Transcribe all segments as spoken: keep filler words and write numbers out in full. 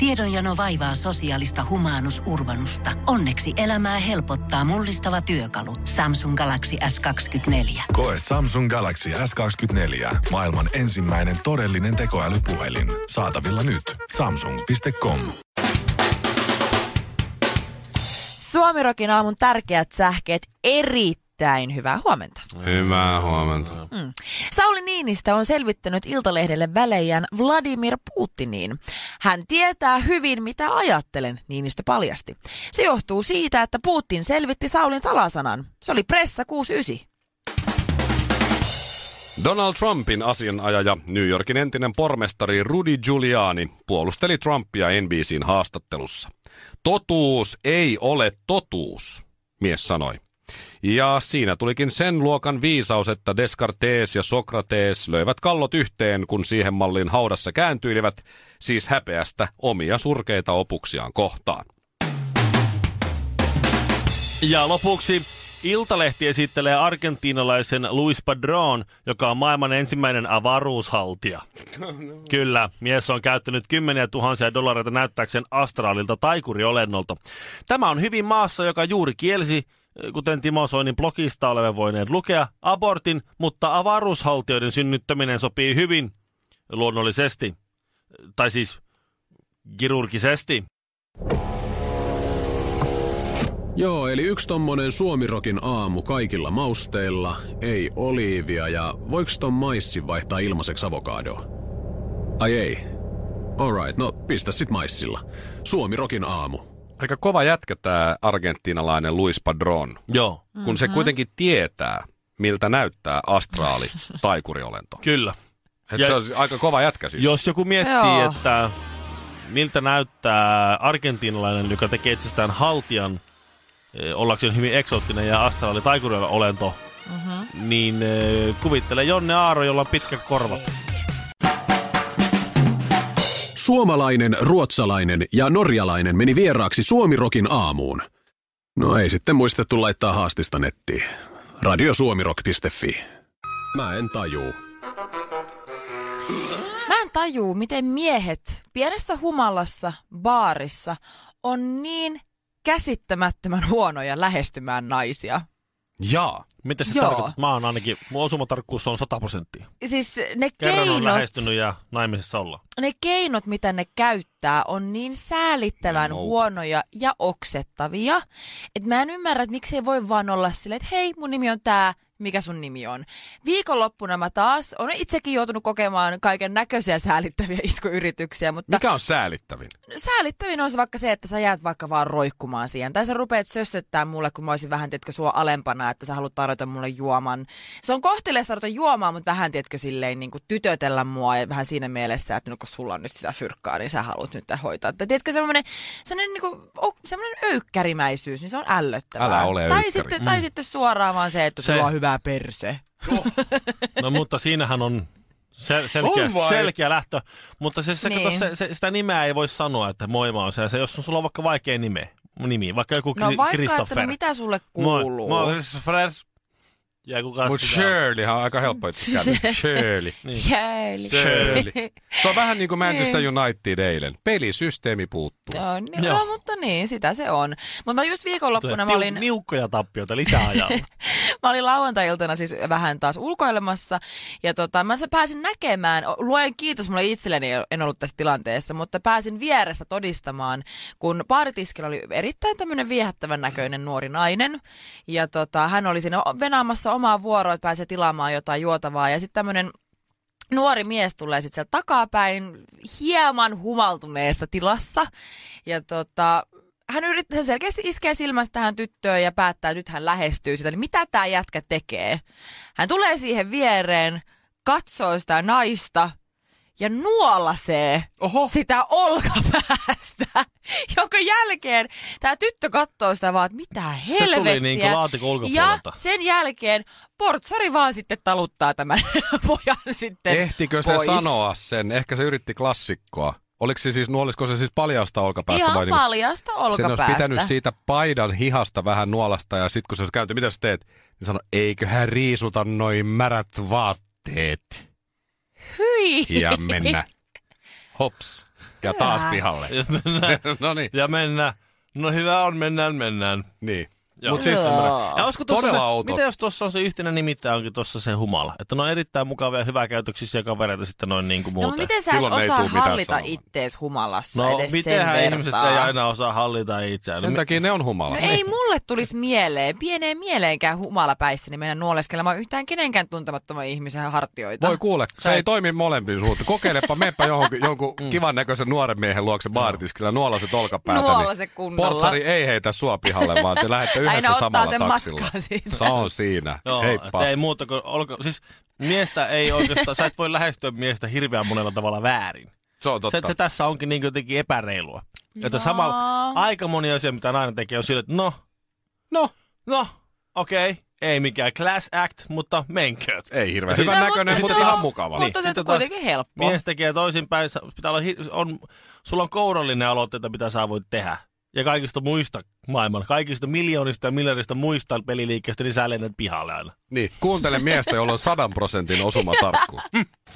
Tiedonjano vaivaa sosiaalista humanus urbanusta. Onneksi elämää helpottaa mullistava työkalu. Samsung Galaxy S kaksikymmentäneljä. Koe Samsung Galaxy S kaksikymmentäneljä. Maailman ensimmäinen todellinen tekoälypuhelin. Saatavilla nyt. samsung piste com. Suomirokin aamun tärkeät sähkeet, erittäin hyvää huomenta. Hyvää huomenta. Mm. Sauli Niinistö on selvittänyt Iltalehdelle välejään Vladimir Putiniin. Hän tietää hyvin, mitä ajattelen, Niinistö paljasti. Se johtuu siitä, että Putin selvitti Saulin salasanan. Se oli Pressa kuusikymmentäyhdeksän. Donald Trumpin asianajaja, New Yorkin entinen pormestari Rudy Giuliani, puolusteli Trumpia N B C:n haastattelussa. Totuus ei ole totuus, mies sanoi. Ja siinä tulikin sen luokan viisaus, että Descartes ja Sokrates löivät kallot yhteen, kun siihen malliin haudassa kääntyilivät, siis häpeästä omia surkeita opuksiaan kohtaan. Ja lopuksi Iltalehti esittelee argentiinalaisen Luis Padrón, joka on maailman ensimmäinen avaruushaltija. Kyllä, mies on käyttänyt kymmeniä tuhansia dollareita näyttääkseen astraalilta taikuriolennolta. Tämä on hyvin maassa, joka juuri kielsi, kuten Timo Soinin blogista olemme voineet lukea, abortin, mutta avaruushaltijoiden synnyttäminen sopii hyvin luonnollisesti, tai siis kirurgisesti. Joo, eli yksi tommonen Suomirokin aamu kaikilla mausteilla, ei oliivia ja voiko ton maissin vaihtaa ilmaiseksi avokadoa? Ai ei. Alright, no pistä sit maissilla. Suomirokin aamu. Aika kova jätkä tää argentiinalainen Luis Padrón. Joo. Kun Mm-hmm. se kuitenkin tietää, miltä näyttää astraali taikuriolento. Kyllä. Et Ja se on aika kova jätkä siis. Jos joku miettii, Joo. että miltä näyttää argentiinalainen, joka tekee itsestään haltijan, eh, ollakseen hyvin eksoottinen ja astraali taikuriolento, mm-hmm. niin eh, kuvittele Jonne Aaro, jolla on pitkät korvat. Suomalainen, ruotsalainen ja norjalainen meni vieraaksi Suomirokin aamuun. No ei sitten muistettu laittaa haastista nettiin. radiosuomirock piste fi. Mä en tajuu. Mä en tajuu, miten miehet pienessä humalassa, baarissa on niin käsittämättömän huonoja lähestymään naisia. Jaa. Mitä se Joo. tarkoittaa? Mä oon ainakin, mun osumatarkkuus on sata prosenttia. Siis ne Kerran on keinot, lähestynyt ja naimisissa olla. ne keinot, mitä ne käyttää, on niin säälittävän No. huonoja ja oksettavia, että mä en ymmärrä, että miksi ei voi vaan olla silleen, että hei, mun nimi on tää, mikä sun nimi on. Viikonloppuna mä taas olen itsekin joutunut kokemaan kaiken näköisiä säälittäviä iskuyrityksiä, mutta Mikä on säälittävin? säälittävin on se vaikka se, että sä jäät vaikka vaan roikkumaan siihen. Tai sä rupeat sössöttää mulle, kun mä olisin vähän, tiedätkö, sua alempana, että sä haluat tarjota mulle juoman. Se on kohtelias tarjota juomaa, mutta vähän, tiedätkö, silleen niin kuin tytötellä mua ja vähän siinä mielessä, että no, kun sulla on nyt sitä fyrkkaa, niin sä haluat nyt hoitaa. Että, tiedätkö, semmoinen, semmoinen, niin kuin, oh, semmoinen öykkärimäisyys, niin se on ällöttävää. Älä ole tai öykkäri. sitten, mm. tai sitten suoraan vaan se, että Se- sulla on hyvä perse. No mutta siinähän on sel- selkeä, On vai? selkeä lähtö. Mutta se, se, Niin. kato, se, se, sitä nimeä ei voi sanoa, että moi mä oon se. se jos sulla on vaikka vaikea nime, nimi, vaikka joku No Kri- vaikka, Christopher. että no, mitä sulle Moi, kuuluu? mä oon Christopher. Ja kuka Mut sitä on? Shirleyhan on aika helppo itse käydä. Shirley. Niin. Shirley. Shirley. Se on vähän niin kuin Manchester United eilen. Pelisysteemi puuttuu. Joo, niin, Joo. no, mutta niin, sitä se on. Mutta mä just viikonloppuna mä Tiu- olin, Niukkoja tappioita lisää ajalla. mä olin lauantai-iltana siis vähän taas ulkoilemassa. Ja tota, mä pääsin näkemään, luen kiitos mulle itselleni, en ollut tässä tilanteessa, mutta pääsin vierestä todistamaan, kun baaritiskillä oli erittäin tämmöinen viehättävän näköinen nuori nainen. Ja tota, hän oli siinä venaamassa omaa vuoroa, että pääsee tilaamaan jotain juotavaa. Ja sitten tämmöinen nuori mies tulee sitten sieltä takapäin hieman humaltuneesta tilassa. Ja tota, hän yrittää, hän selkeästi iskee silmästä tähän tyttöön ja päättää, että nyt hän lähestyy sitä. Eli mitä tämä jätkä tekee? Hän tulee siihen viereen, katsoo sitä naista ja nuolasee Oho. sitä olkapäästä, jonka jälkeen tämä tyttö katsoo sitä vaan, että mitä helvettiä. Se tuli niin kuin laatikon Ja ulkopuolelta. sen jälkeen portsari vaan sitten taluttaa tämän pojan sitten Ehtikö se pois. sanoa sen? Ehkä se yritti klassikkoa. Oliko se siis, nuolisiko se siis paljasta olkapäästä? Ihan vai niin, paljasta sen olisi olkapäästä. pitänyt siitä paidan hihasta vähän nuolasta ja sitten kun se olisi käyty, mitä sä teet? Niin sano, eiköhän riisuta noin märät vaatteet Hyi. ja mennä. Hops. Ja taas pihalle. Ja mennään. No niin. Ja mennään. No hyvä on, mennään, mennään. Niin. Mutta siis, ja olisiko tossa Todella se, outo. mitä jos tuossa on se yhtenä nimittäin onkin tuossa se humala? Että ne on erittäin mukavia ja hyväkäytöksisiä kavereita sitten noin niin kuin No muuten. miten sä et Silloin ei osaa tuu mitään hallita sanomaan. ittees humalassa No edes sen mitenhän vertaa? ihmiset ei aina osaa hallita itseään. Sen takia ne on humala. No ei mulle tulisi mieleen, pieneen mieleenkään humalapäissäni mennä nuoleskelemaan yhtään kenenkään tuntemattoman ihmisen hartioita. Voi kuule, se Sä ei et- toimi molempiin suuntaan. Kokeilepa, meepä johonkin, jonkun kivan näköisen nuoren miehen luokse baaritiskillä, nuolaset olkapäätä. Nuolase kunnolla. Portsari ei heitä sua pihalle, vaan te lähdette yhdessä Aina ottaa samalla sen taksilla. matkaa siitä. Se on siinä. Joo, Heippa. että ei muuta kuin, olko, siis miestä ei oikeastaan, sä et voi lähestyä miestä hirveän monella tavalla väärin. Se on totta. Se, se tässä onkin niin jotenkin epäreilua. Että sama, aika moni asia, mitä nainen tekee, on sille, että no, No, no, okei, okay, ei mikään class act, mutta menkööt. ei hirveän Ja hyvän No, näköinen, mutta mutta sitten ihan taas- mukava. Mutta Niin. se on Sitten kuitenkin helppoa. Mies tekee toisinpäin, sä- pitää olla, hi- on, sulla on kourallinen aloitteita, mitä sä voit tehdä. Ja kaikista muista maailman, kaikista miljoonista ja miljardista muista peliliikkeistä, niin sä lennät pihalle aina. Niin, kuuntele miestä, jolla on sadan prosentin osumatarkkuus.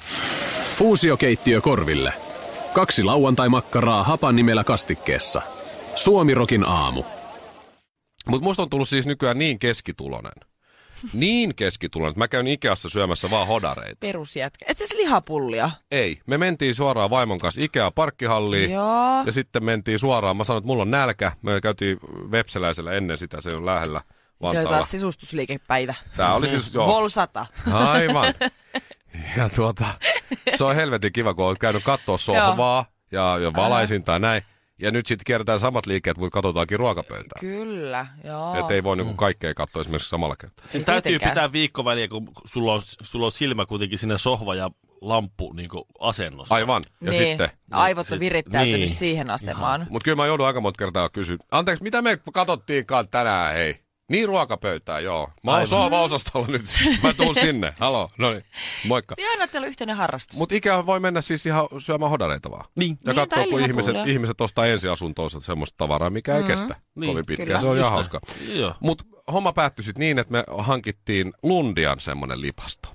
Fuusiokeittiö korville. Kaksi lauantai-makkaraa hapan nimellä kastikkeessa. Suomirokin aamu. Mutta musta on tullut siis nykyään niin keskitulonen. Niin keskitulonen, että mä käyn Ikeassa syömässä vaan hodareita. Perusjätkä. Etes lihapullia. Ei, me mentiin suoraan vaimon kanssa Ikea parkkihalliin. Joo. Ja sitten mentiin suoraan, mä sanoin, että mulla on nälkä. Me käytiin Vepseläisellä ennen sitä, se on lähellä Se oli Vantaalla. taas sisustusliikepäivä. Tää oli siis, joo. Volsata. Aivan. Ja tuota, se on helvetin kiva, kun olet käynyt katsoa sohvaa ja, ja valaisin tai näin. Ja nyt sitten kierretään samat liikkeet, mutta katsotaankin ruokapöytää. Kyllä, joo. Että ei voi niinku kaikkea katsoa esimerkiksi samalla kertaa. Siinä Ei täytyy tietenkään. pitää viikkoväliä, kun sulla on, sulla on silmä kuitenkin siinä sohva ja lamppu niin asennossa. Aivan. Ja niin. sitten... Aivot on sit- virittäytynyt niin. siihen asemaan. Mutta kyllä mä joudun aika monta kertaa kysyä. Anteeksi, mitä me katsottiinkaan tänään, hei? Niin ruokapöytää, joo. Mä oon Aivan. sohva-osastolla nyt. Mä tuun sinne. Halo, no niin. Moikka. Ja aina teillä on yhteinen harrastus. Mutta Ikea voi mennä siis ihan syömään hodareita vaan. Niin. Ja Niin, katsoa, tai kun ihmiset, lihapullia. ihmiset ostaa ensiasuntoonsa semmoista tavaraa, mikä ei kestä Niin, kovin pitkään. kyllä. Se on ihan Just hauska. näin. Joo. Mutta homma päättyi sitten niin, että me hankittiin Lundian semmoinen lipasto.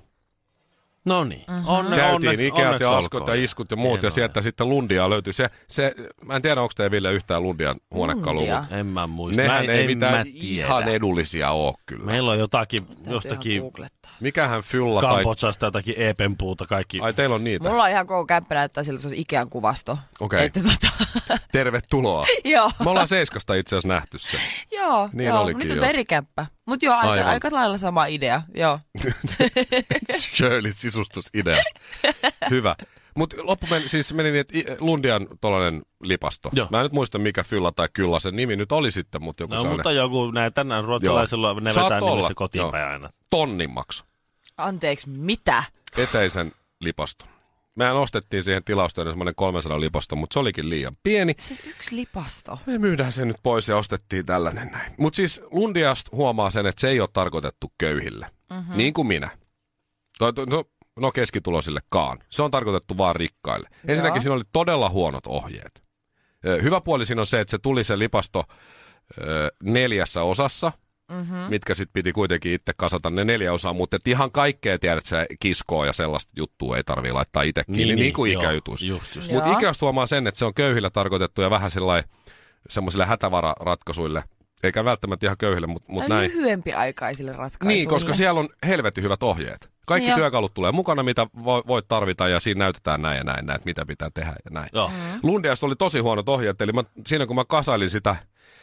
No niin. Mhm. Onne, Käytiin onne, Ikeat onneksi ja Askot olkoon. ja Iskut ja muut, ja Hienoa. sieltä sitten Lundia löytyi. Se, se, mä en tiedä, onko teillä Ville yhtään Lundian huonekalua, Lundia. mutta En mä muista. nehän mä, ei en mitään mä tiedä. ihan edullisia ole kyllä. Meillä on jotakin, Täytyy jostakin ihan googlettaa. Mikähän fylla tai... Kambodsasta jotakin eepenpuuta kaikki. Ai, teillä on niitä. Mulla on ihan koko kämppä näyttää siltä, että se olisi Ikean kuvasto. Okei. Että tota, Tervetuloa. joo. Me ollaan Seiskasta itse asiassa nähty se. Joo, Niin joo. olikin, Nyt on joo. eri kämppä. Mut joo, aika, Aivan. aika lailla sama idea. Joo. Shirley sisustusidea. Hyvä. Mutta loppu meni, siis meni niin, että I- Lundian tollanen lipasto. Joo. Mä en nyt muista, mikä fylla tai kyllä sen nimi nyt oli sitten, mutta joku No sellainen mutta joku, näin tänään ruotsalaisilla ne Saat vetää olla, nimessä kotiin joo. päin aina. tonnin maksu. Anteeksi, mitä? Eteisen lipasto. Mehän ostettiin siihen tilaustyönä semmoinen kolmesataa lipasto, mutta se olikin liian pieni. Siis yksi lipasto. Me myydään se nyt pois ja ostettiin tällainen näin. Mutta siis Lundiasta huomaa sen, että se ei ole tarkoitettu köyhille. Mm-hmm. Niin kuin minä. No, no, no keskituloisillekaan. Se on tarkoitettu vaan rikkaille. Ensinnäkin Joo. siinä oli todella huonot ohjeet. Ö, Hyvä puoli siinä on se, että se tuli se lipasto ö, neljässä osassa, mm-hmm. mitkä sitten piti kuitenkin itse kasata ne neljä osaa, mutta et ihan kaikkea tiedät, että se kiskoa ja sellaista juttua ei tarvii laittaa itse kiinni, niin, niin kuin joo, ikäjutuissa. Just, just. Mutta Joo. Ikeasta huomaa sen, että se on köyhillä tarkoitettu ja vähän sellainen semmoisille hätävararatkaisuille. Eikä välttämättä ihan köyhille, mutta mut Tai näin. lyhyempiaikaisille ratkaisuille. Niin, koska siellä on helvetin hyvät ohjeet. Kaikki Joo. työkalut tulee mukana, mitä vo- voit tarvita, ja siinä näytetään näin ja näin, näin, että mitä pitää tehdä ja näin. Joo. Mm. Lundiasta oli tosi huonot ohjeet, eli mä, siinä kun mä kasailin sitä,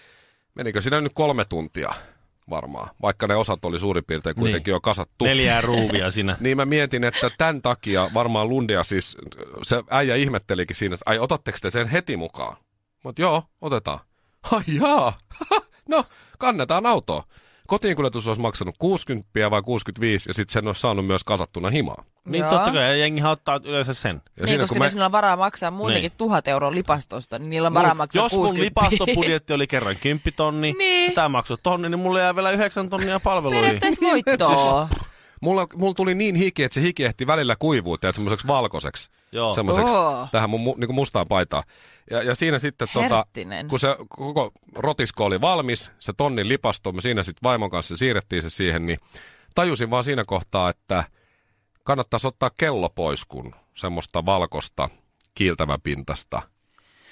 menikö siinä nyt kolme tuntia varmaan, vaikka ne osat oli suurin piirtein kuitenkin Niin. jo kasattu. Neljää ruuvia siinä. Niin mä mietin, että tämän takia varmaan Lundia siis, se äijä ihmettelikin siinä, että ai otatteko te sen heti mukaan? Mutta joo, otetaan. Ai jaa, no kannetaan autoa. Kotiinkuljetus olisi maksanut kuusikymmentä vai kuusikymmentäviisi ja sitten sen olisi saanut myös kasattuna himaa. Niin Joo. totta kai, ja jengi ottaa yleensä sen. Ja Niin, koska mä- jos niillä on varaa maksaa muutenkin Niin. tuhat euroa lipastosta, niin niillä on varaa maksaa Jos mun kuusikymmentä. lipastobudjetti oli kerran kymppi tonni, Niin. tämä maksoi tonni, niin mulle jää vielä yhdeksän tonnia palveluihin. Periaatteessa voittoa. Mulla, mulla tuli niin hiki, että se hiki ehti välillä kuivua, teet semmoiseksi valkoiseksi. Joo. Semmoiseksi Oo. tähän mun mu, niin mustaan paitaan. Ja, ja siinä sitten, tota, Herttinen. kun se koko rotisko oli valmis, se tonnin lipasto, me siinä sitten vaimon kanssa siirrettiin se siihen, niin tajusin vaan siinä kohtaa, että kannattaisi ottaa kello pois, kun semmoista valkosta, kiiltäväpintasta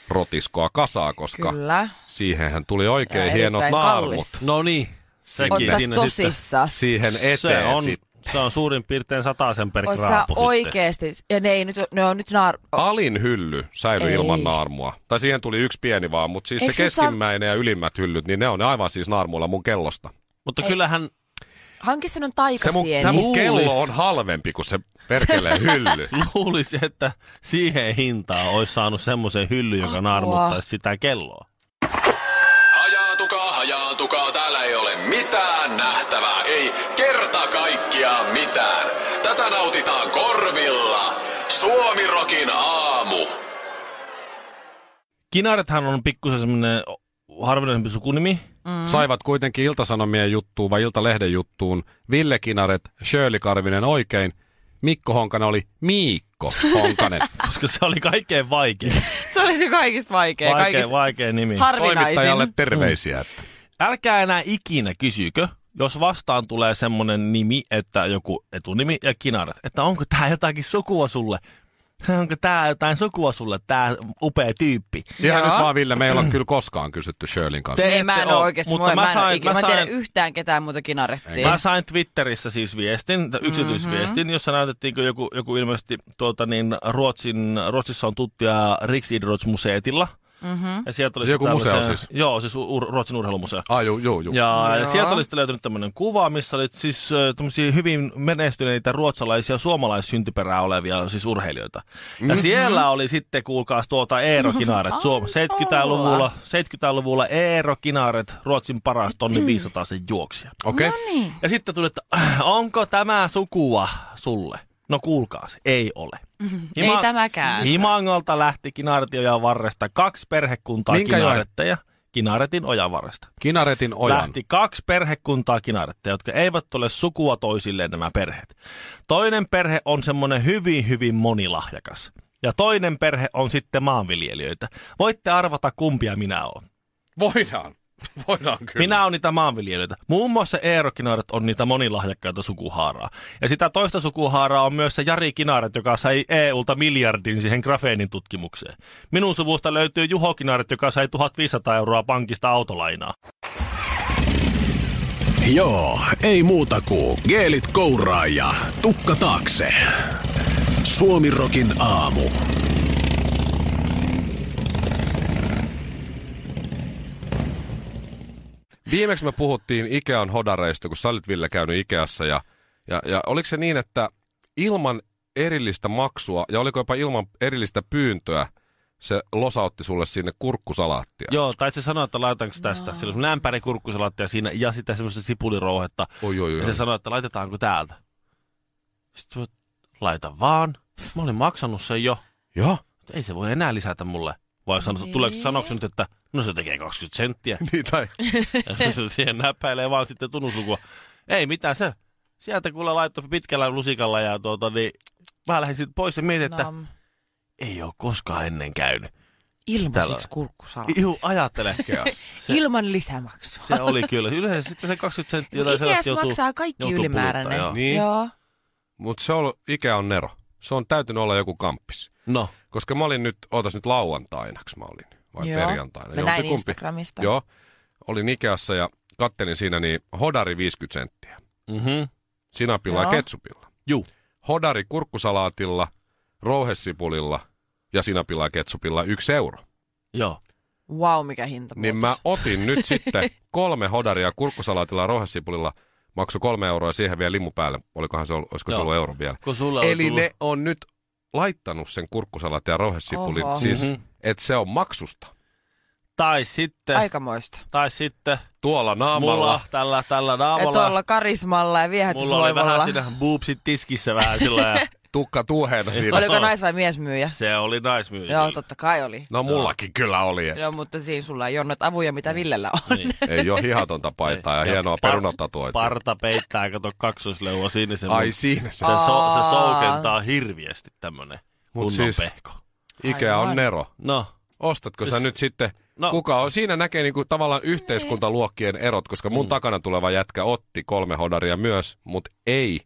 rotiskoa kasaa, koska Kyllä. siihenhän tuli oikein Ja hienot erittäin naarmut. kallis. No niin, sekin Oot sä siinä tosissas? Siihen eteen Se on, sitten. se on suurin piirtein sataisen per Oot sä kraapu sitten. oikeesti, ja ne, ei nyt, ne on nyt naar... Alin hylly säilyi Ei. ilman naarmua. Tai siihen tuli yksi pieni vaan, mutta siis Eikö se se keskimmäinen ja ylimmät hyllyt, niin ne on aivan siis naarmuilla mun kellosta. Mutta Ei. kyllähän Hanki sen on Se mun, taikasieni. tämä mun Luulis. kello on halvempi kuin se perkeleen hylly. luulisi, että siihen hintaan olisi saanut semmoisen hyllyn, joka Apua. naarmuttaisi sitä kelloa. Hajaantukaa, hajaantukaa, täällä ei ole mitään nähtävää, ei kerta kaikkiaan mitään. Tätä nautitaan korvilla. Suomirokin aamu. Kinarethan on pikkusen semmoinen harvinaisempi sukunimi. Mm. Saivat kuitenkin Ilta-Sanomien juttuun vai Iltalehden juttuun Ville Kinaret, Shirley Karvinen oikein. Mikko Honkanen oli Miikko Honkanen. Koska se oli kaikkein vaikein. Se oli se kaikista vaikea. Vaikein, kaikista vaikein nimi. harvinaisin. Toimittajalle terveisiä. Että. Älkää enää ikinä kysykö, jos vastaan tulee semmoinen nimi, että joku etunimi ja Kinaret, että onko tää jotakin sukua sulle? Onko tää jotain sukua sulle, tää upea tyyppi? Ihan Joo. nyt vaan, Ville, me ei olla kyllä koskaan kysytty Shirleyn kanssa. Te Ei, mä en ette ole oo, oikeesti, mutta mutta mä, mä mä, en, sain- ikinä, mä mä en tiedä sain- yhtään ketään muuta kinarettia. Mä sain Twitterissä siis viestin, yksityisviestin, jossa näytettiinkö joku, joku ilmeisesti tuota niin, Ruotsin, Ruotsissa on tuttia Riksidrottsmuseetilla. Mm-hmm. Ja sieltä oli Joku sitten museo tällaisen- siis? Joo, siis ur, Ruotsin urheilumuseo. Ah, juu, juu, juu. Ja, ja Joo. sieltä oli sitten löytynyt tämmöinen kuva, missä oli siis äh, tämmöisiä hyvin menestyneitä ruotsalaisia suomalaissyntyperää olevia siis urheilijoita. Ja Mhm. siellä oli sitten, kuulkaas, tuota Eero Kinaret, Ai, Suom- seitsemänkymmentäluvulla, seitsemänkymmentäluvulla Eero Kinaret, Ruotsin paras tonni viisisataa sen juoksija. Okei. No niin. Ja sitten tuli, että onko tämä sukua sulle? No kuulkaas, ei ole. Ei tämäkään. Himangolta lähti Kinaretin varresta kaksi perhekuntaa Minkä joen? Kinaretteja. Kinaretin varresta. Kinaretin ojan. Lähti kaksi perhekuntaa Kinaretteja, jotka eivät ole sukua toisilleen nämä perheet. Toinen perhe on semmoinen hyvin, hyvin monilahjakas. Ja toinen perhe on sitten maanviljelijöitä. Voitte arvata, kumpia minä olen. Voidaan. Voidaan kyllä. Minä olen niitä maanviljelijöitä. Muun muassa Eero Kinaret on niitä monilahjakkaita sukuhaaraa. Ja sitä toista sukuhaaraa on myös se Jari Kinaret, joka sai E U:lta miljardin siihen grafeenin tutkimukseen. Minun suvusta löytyy Juho Kinaret, joka sai tuhatviisisataa euroa pankista autolainaa. Joo, ei muuta kuin geelit kouraa ja tukka taakse. Suomirokin aamu. Viimeksi me puhuttiin Ikean hodareista, kun sä olit, Ville, käynyt Ikeassa. Ja, ja, ja oliko se niin, että ilman erillistä maksua ja oliko jopa ilman erillistä pyyntöä se losautti sulle sinne kurkkusalaattia? Joo, tai se sanoi, että laitaanko tästä. Sillä on ämpäri kurkkusalaattia siinä ja sitä semmoista sipulirouhetta. Oi, oi, oi. Ja se sanoi, että laitetaanko täältä. Sitten mä, laita vaan. Mä olin maksanut sen jo. Joo. Ei se voi enää lisätä mulle. Vai sano, tuleeko sanoksi nyt, että no se tekee kaksikymmentä senttiä. Niin, tai Ja se siihen näppäilee vaan sitten tunnuslukua. Ei mitään se. Sieltä kuule laittoi pitkällä lusikalla ja tuota niin, mä lähdin sitten pois ja mietin, että Nam. ei ole koskaan ennen käynyt. Ilmaisiksi Tällä- kurkkusala. Juu, ajattele. Se, Ilman lisämaksua. se oli kyllä. Yleensä sitten se kaksikymmentä senttiä tai Ikeas sellaista joutuu, maksaa kaikki joutuu ylimääräinen. puluttaa, joo. Niin. Joo. Mutta se on, Ikea on nero. Se on täytynyt olla joku kamppis. No, Koska mä olin nyt, ootas nyt lauantainaksi mä olin, vai Joo. perjantaina. Mä näin Jompikumpi. Instagramista. Joo, olin Ikeassa ja kattelin siinä niin hodari viisikymmentä senttiä. mhm, Sinapilla ja Joo. ketsupilla. juu, Hodari kurkkusalaatilla, rouhesipulilla ja sinapilla ja ketsupilla yksi euro. joo. Wow, mikä hinta. Niin mä otin nyt sitten kolme hodaria kurkkusalaatilla ja rouhesipulilla, maksoi kolme euroa ja siihen vielä limu päälle. Olikohan se ollut, olisiko se Joo. ollut euro vielä? Kun sulle oli Eli tullut... ne on nyt laittanut sen kurkkusalaatin ja rouhesipulin, Oho. siis Mhm. että se on maksusta. Tai sitten, Aikamoista. tai sitten Tuolla naamalla. mulla tällä, tällä Ja naamalla. tuolla karismalla ja Mulla oli vähän viehätysvoimalla. siinä boobsit tiskissä vähän sillä ja Tukka tuuheena siinä. Oliko nais- vai miesmyyjä? se oli naismyyjä. Joo, totta kai oli. No mullakin kyllä oli. Joo, mutta siinä sulla ei ole noita avuja, mitä Villellä on. Niin. Ei ole hihatonta paitaa ja, Ja hienoa par- perunatatoitua. Parta peittää, kato kaksoisleua siinä se. Ai mun- siinä se. se, so, se Aa. soukentaa hirviästi tämmönen Mut kunnon siis- pehko. Ikea on Aivan. nero. No, Ostatko Siis- sä nyt sitten, no. kuka on? Siinä näkee niinku tavallaan yhteiskuntaluokkien erot, koska mun Mm. takana tuleva jätkä otti kolme hodaria myös, mutta ei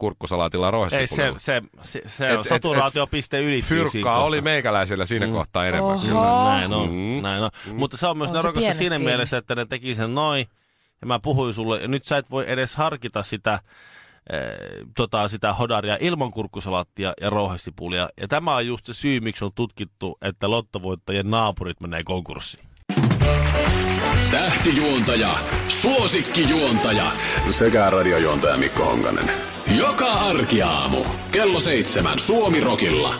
kurkkusalaatilla Ei, roihesipullilla. se, se, se, se on saturaatiopiste ylittyy. Fyrkkaa oli meikäläisellä siinä mm. kohtaa enemmän. Oho. Kyllä, näin on, Mm. näin on. Mm. Mutta se on myös On se nerokasta siinä pienestä mielessä, että ne teki sen noin, ja mä puhuin sulle, ja nyt sä et voi edes harkita sitä, äh, tota, sitä hodaria ilman kurkkusalaattia ja rouhesipulia. Ja tämä on just se syy, miksi on tutkittu, että lottovoittajien naapurit menee konkurssiin. Tähtijuontaja, suosikkijuontaja sekä radiojuontaja Mikko Honkanen. Joka arkiaamu kello seitsemän Suomi-rokilla.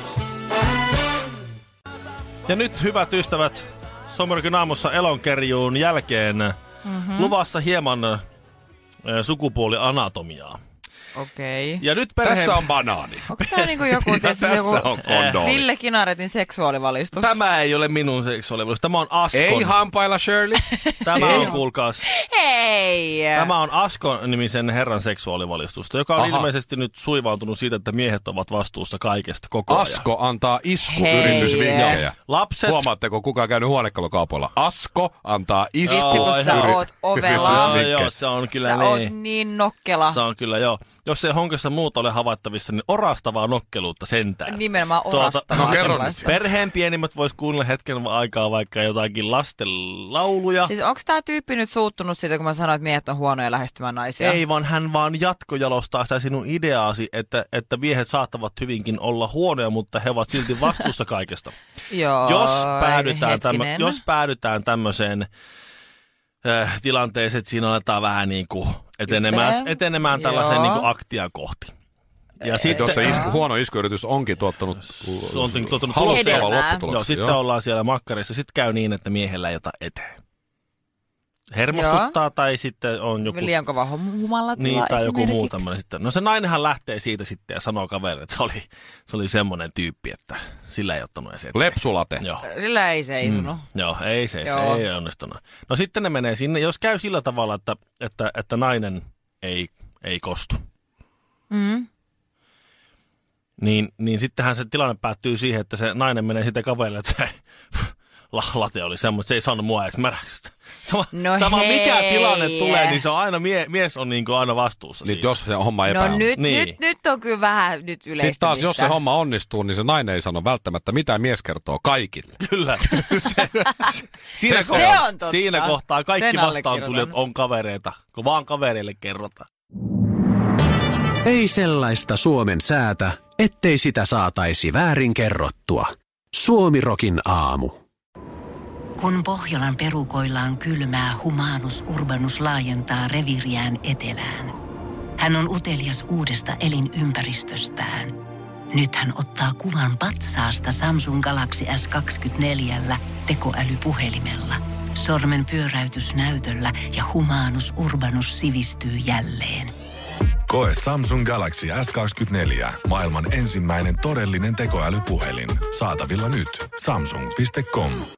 Ja nyt, hyvät ystävät, Suomi-rokin aamussa elonkerjuun jälkeen mm-hmm. luvassa hieman äh, sukupuolianatomiaa. Okei. Ja nyt perheen... Tässä on banaani. Onko tää niinku joku, tietysti, Tässä joku on kondomi. Ville Kinaretin seksuaalivalistus? Tämä ei ole minun seksuaalivalistus. Tämä on Askon. Ei hampailla, Shirley. Tämä on, kuulkaas. Hei! Tämä on Askon-nimisen herran seksuaalivalistusta, joka on Aha. ilmeisesti nyt suivaantunut siitä, että miehet ovat vastuussa kaikesta koko ajan. Asko antaa Hei. iskuyritysvinkkejä. Lapset... Huomaatteko, kuka on käynyt huonekalukaupoilla? Asko antaa Vitsi, kun Joo, sä ihan- oot ovela. Joo, joo, se on kyllä Sä niin. oot niin nokkela. Se on kyllä, joo. Jos ei honkassa muuta ole havaittavissa, niin orastavaa nokkeluutta sentään. Nimenomaan Tuota, orastavaa. no kerro sellaista. Perheen pienimmät vois kuunnella hetken aikaa vaikka jotakin lasten lauluja. Siis onks tää tyyppi nyt suuttunut siitä, kun mä sanoin, että miehet on huonoja lähestymään naisia? Ei, vaan hän vaan jatkojalostaa sitä sinun ideaasi, että, että miehet saattavat hyvinkin olla huonoja, mutta he ovat silti vastuussa kaikesta. Joo, Jos päädytään, tämmö, hetkinen. jos päädytään tämmöiseen äh, tilanteeseen, että siinä aletaan vähän niin kuin etenemään, Hyppää. etenemään tällaiseen Joo. niin kuin aktia kohti. Ja sitten, Jos se isku, huono iskuyritys onkin tuottanut, Se on tuottanut haluttavan hedelmää. lopputuloksen. joo, sitten joo. ollaan siellä makkarissa. Sitten käy niin, että miehellä ei ota eteen. Hermostuttaa Joo. tai sitten on joku... Liian kova hum- humalatila Niin, tai joku muu esimerkiksi. tämmöinen sitten. No se nainenhan lähtee siitä sitten ja sanoo kaverille, että se oli, se oli semmoinen tyyppi, että sillä ei ottanut edes eteen. Lepsulate. Joo. Sillä ei seisunut. Mm. Joo, ei se, Joo. se ei onnistunut. No sitten ne menee sinne, jos käy sillä tavalla, että, että, että nainen ei, ei kostu, Mm. niin, niin sittenhän se tilanne päättyy siihen, että se nainen menee sitten kaverille, että se late oli semmoinen, että se ei saanut mua edes märäksi. Sama, No sama mikä hei. tilanne tulee, niin se on aina, mie, mies on niin kuin aina vastuussa Niin siitä. jos se homma No epää. nyt, Niin. nyt, nyt on kyllä vähän nyt yleistämistä. Sitten taas, jos se homma onnistuu, niin se nainen ei sano välttämättä, mitä mies kertoo kaikille. Kyllä. Se, siinä, Se kohtaa, on totta. siinä kohtaa kaikki Sen vastaantulijat allekirjoitan. on kavereita, kun vaan kavereille kerrotaan. Ei sellaista Suomen säätä, ettei sitä saataisi väärin kerrottua. Suomi-rokin aamu. Kun Pohjolan perukoillaan kylmää, Humanus Urbanus laajentaa reviiriään etelään. Hän on utelias uudesta elinympäristöstään. Nyt hän ottaa kuvan patsaasta Samsung Galaxy S kaksikymmentäneljä tekoälypuhelimella. Sormen pyöräytys näytöllä ja Humanus Urbanus sivistyy jälleen. Koe Samsung Galaxy S kaksikymmentäneljä. Maailman ensimmäinen todellinen tekoälypuhelin. Saatavilla nyt. Samsung piste com.